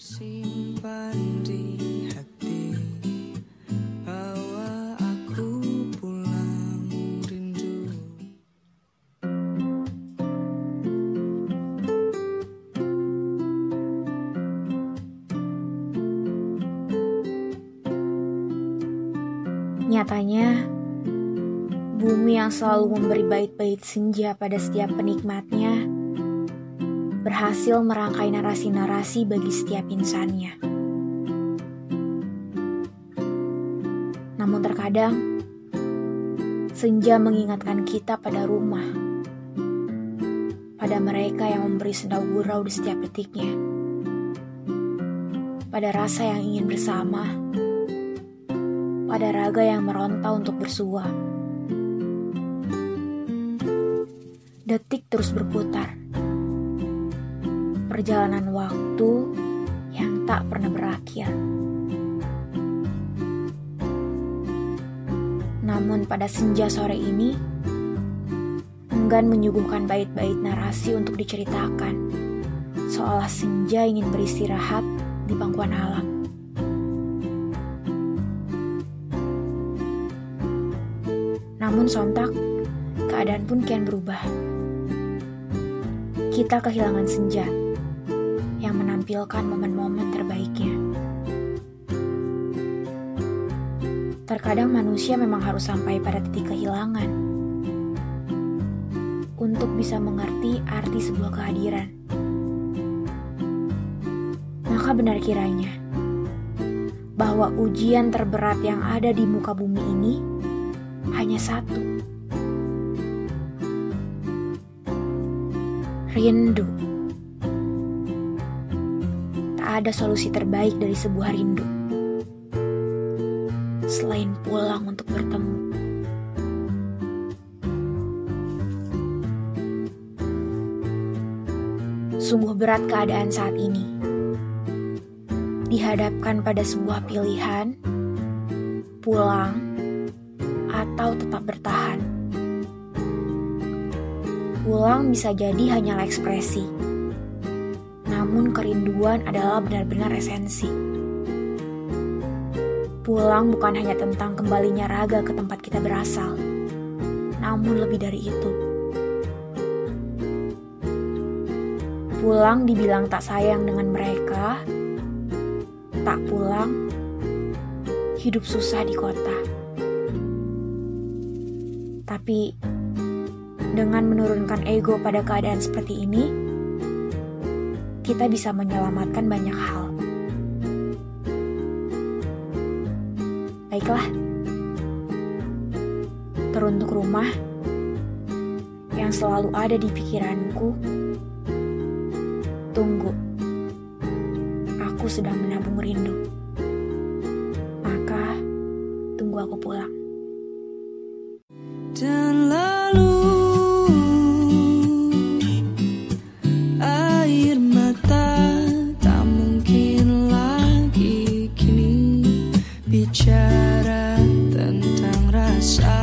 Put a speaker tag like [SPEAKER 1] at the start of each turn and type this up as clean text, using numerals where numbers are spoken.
[SPEAKER 1] Simpan di hati bahwa aku pulang rindu.
[SPEAKER 2] Nyatanya, bumi yang selalu memberi bait-bait senja pada setiap penikmatnya berhasil merangkai narasi-narasi bagi setiap insannya. Namun terkadang, senja mengingatkan kita pada rumah, pada mereka yang memberi sendau gurau di setiap detiknya, pada rasa yang ingin bersama, pada raga yang meronta untuk bersua. Detik terus berputar. Perjalanan waktu yang tak pernah berakhir. Namun pada senja sore ini, enggan menyuguhkan bait-bait narasi untuk diceritakan, seolah senja ingin beristirahat di pangkuan alam. Namun sontak, keadaan pun kian berubah. Kita kehilangan senja yang menampilkan momen-momen terbaiknya. Terkadang manusia memang harus sampai pada titik kehilangan untuk bisa mengerti arti sebuah kehadiran. Maka benar kiranya bahwa ujian terberat yang ada di muka bumi ini hanya satu. Rindu. Tak ada solusi terbaik dari sebuah rindu selain pulang untuk bertemu. Sungguh berat keadaan saat ini. Dihadapkan pada sebuah pilihan, pulang atau tetap bertahan. Pulang bisa jadi hanyalah ekspresi, namun kerinduan adalah benar-benar esensi. Pulang bukan hanya tentang kembalinya raga ke tempat kita berasal, namun lebih dari itu. Pulang dibilang tak sayang dengan mereka, tak pulang, hidup susah di kota. Tapi dengan menurunkan ego pada keadaan seperti ini, kita bisa menyelamatkan banyak hal. Baiklah, teruntuk rumah yang selalu ada di pikiranku, tunggu, aku sedang menabung rindu. Maka, tunggu aku pulang.
[SPEAKER 1] Dan lalu air mata tak mungkin lagi kini bicara tentang rasa.